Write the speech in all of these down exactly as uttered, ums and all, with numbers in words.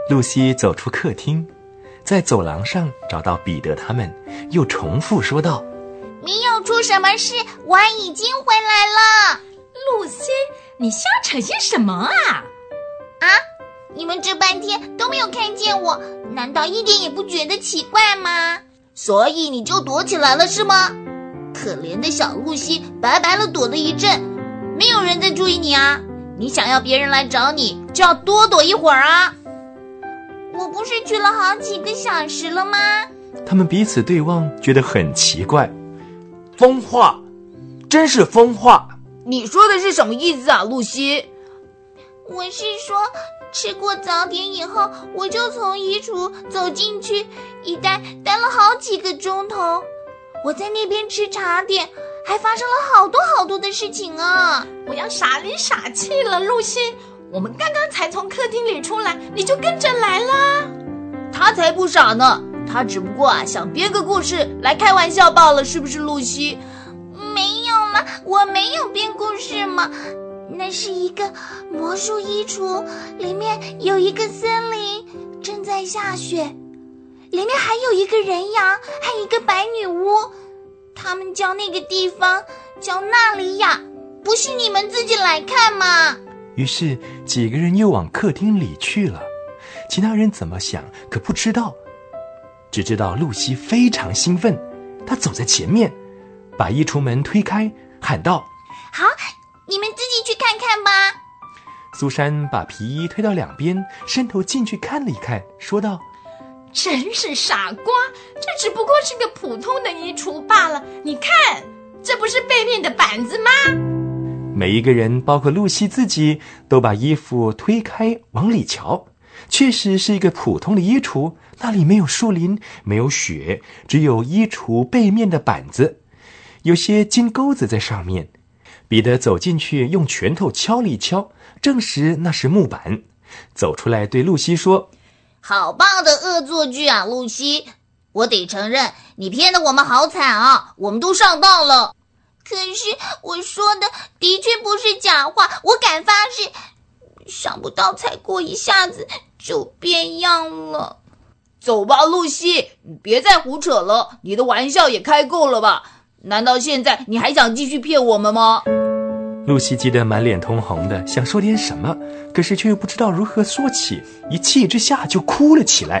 露西走出客厅，在走廊上找到彼得他们，又重复说道： 没有出什么事，我已经回来了。 露西，你瞎扯些什么啊？ 啊，你们这半天都没有看见我，难道一点也不觉得奇怪吗？所以你就躲起来了是吗？可怜的小露西，白白了躲了一阵，没有人在注意你啊。你想要别人来找你，就要多躲一会儿啊。我不是去了好几个小时了吗？ 他们彼此对望，觉得很奇怪。 疯话，真是疯话！ 你说的是什么意思啊，露西？ 我是说，吃过早点以后，我就从衣橱走进去，一待待了好几个钟头。我在那边吃茶点，还发生了好多好多的事情啊！ 我要傻里傻气了，露西。我们刚刚才从客厅里出来，你就跟着来啦。 他才不傻呢，他只不过啊想编个故事来开玩笑罢了，是不是露西？ 没有啦，我没有编故事嘛。那是一个魔术衣橱，里面有一个森林，正在下雪，里面还有一个人羊，还有一个白女巫。他们叫那个地方叫纳里亚，不信你们自己来看嘛。 于是几个人又往客厅里去了，其他人怎么想可不知道，只知道露西非常兴奋，她走在前面，把衣橱门推开，喊道： 好，你们自己去看看吧。 苏珊把皮衣推到两边，伸头进去看了一看，说道： 真是傻瓜，这只不过是个普通的衣橱罢了，你看，这不是背面的板子吗？ 每一个人，包括露西自己，都把衣服推开往里瞧，确实是一个普通的衣橱，那里没有树林，没有雪，只有衣橱背面的板子，有些金钩子在上面。彼得走进去，用拳头敲了一敲，证实那是木板，走出来对露西说： 好棒的恶作剧啊，露西！我得承认，你骗得我们好惨啊，我们都上当了。可是我说的的确不是假话，我敢发誓。想不到才过一下子就变样了。 走吧，露西，你别再胡扯了，你的玩笑也开够了吧？难道现在你还想继续骗我们吗？ 露西急得满脸通红的，想说点什么，可是却又不知道如何说起，一气之下就哭了起来。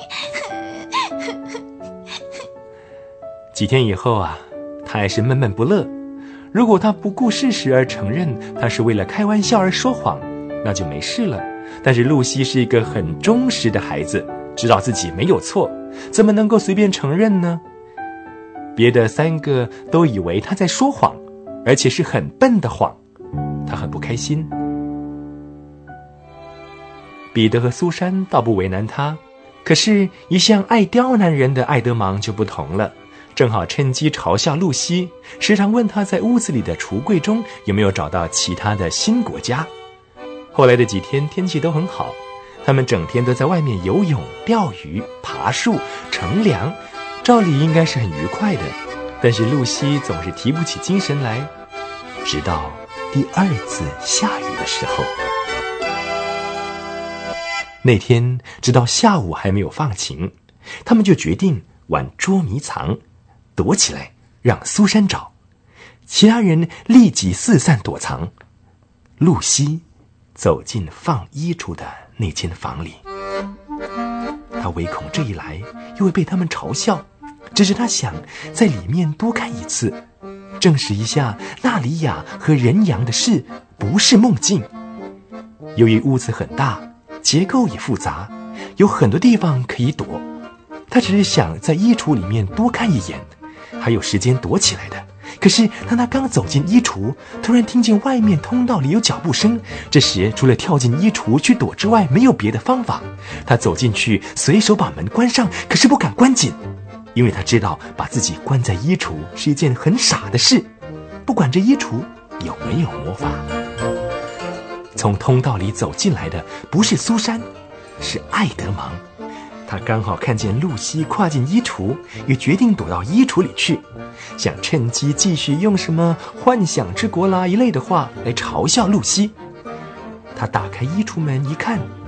几天以后啊，他还是闷闷不乐。如果他不顾事实而承认他是为了开玩笑而说谎，那就没事了。但是露西是一个很忠实的孩子，知道自己没有错，怎么能够随便承认呢？别的三个都以为他在说谎，而且是很笨的谎，他很不开心。彼得和苏珊倒不为难他，可是一向爱刁难人的爱德芒就不同了，正好趁机嘲笑露西，时常问她在屋子里的橱柜中有没有找到其他的新国家。后来的几天天气都很好，他们整天都在外面游泳、钓鱼、爬树、乘凉，照理应该是很愉快的，但是露西总是提不起精神来，直到第二次下雨的时候。那天直到下午还没有放晴，他们就决定玩捉迷藏，躲起来让苏珊找，其他人立即四散躲藏。露西走进放衣橱的那间房里，他唯恐这一来又会被他们嘲笑，只是他想在里面多看一次，证实一下纳里亚和人羊的事不是梦境。由于屋子很大，结构也复杂，有很多地方可以躲，他只是想在衣橱里面多看一眼，还有时间躲起来的。可是当他刚走进衣橱，突然听见外面通道里有脚步声，这时除了跳进衣橱去躲之外，没有别的方法。他走进去，随手把门关上，可是不敢关紧，因为他知道把自己关在衣橱是一件很傻的事，不管这衣橱有没有魔法。从通道里走进来的不是苏珊，是爱德芒。他刚好看见露西跨进衣橱，也决定躲到衣橱里去，想趁机继续用什么幻想之国啦一类的话来嘲笑露西。他打开衣橱门一看，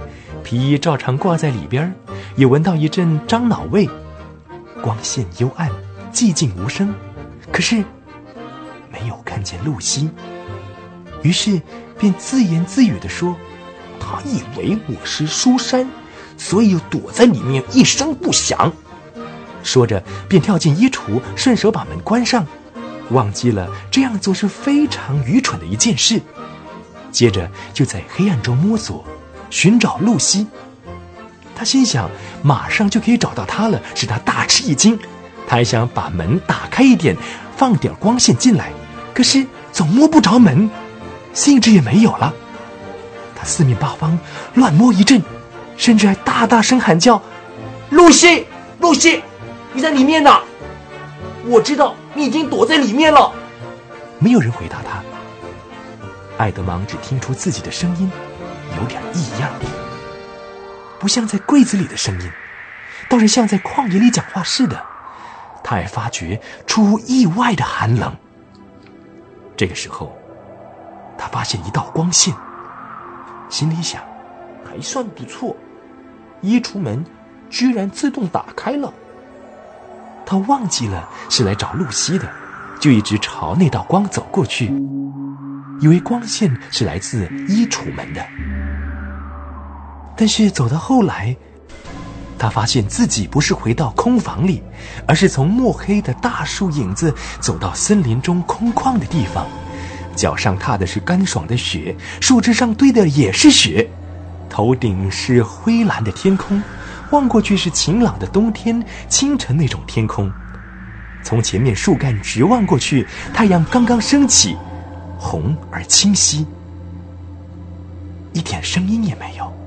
皮衣照常挂在里边，也闻到一阵樟脑味。光线幽暗，寂静无声，可是没有看见露西。于是便自言自语地说：他以为我是苏珊，所以躲在里面一声不响。说着便跳进衣橱，顺手把门关上，忘记了这样做是非常愚蠢的一件事。接着就在黑暗中摸索寻找露西。他心想马上就可以找到她了，使他大吃一惊。他还想把门打开一点，放点光线进来，可是总摸不着门，兴致也没有了。他四面八方乱摸一阵，甚至还大大声喊叫： 露西，露西，你在里面呢！我知道你已经躲在里面了。 没有人回答他。爱德芒只听出自己的声音有点异样，不像在柜子里的声音，倒是像在旷野里讲话似的。他还发觉出乎意外的寒冷。这个时候他发现一道光线，心里想还算不错，衣橱门居然自动打开了。 他忘记了是来找露西的，就一直朝那道光走过去，以为光线是来自衣橱门的。但是走到后来，他发现自己不是回到空房里，而是从墨黑的大树影子走到森林中空旷的地方。脚上踏的是干爽的雪，树枝上堆的也是雪，头顶是灰蓝的天空，望过去是晴朗的冬天清晨那种天空。从前面树干直望过去，太阳刚刚升起，红而清晰，一点声音也没有，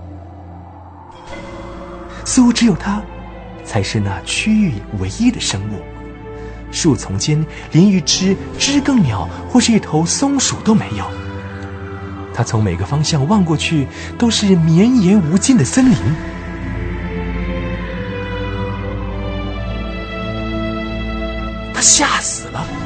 似乎只有它才是那区域唯一的生物。树丛间连一只知更鸟或是一头松鼠都没有。他从每个方向望过去，都是绵延无尽的森林。他吓死了，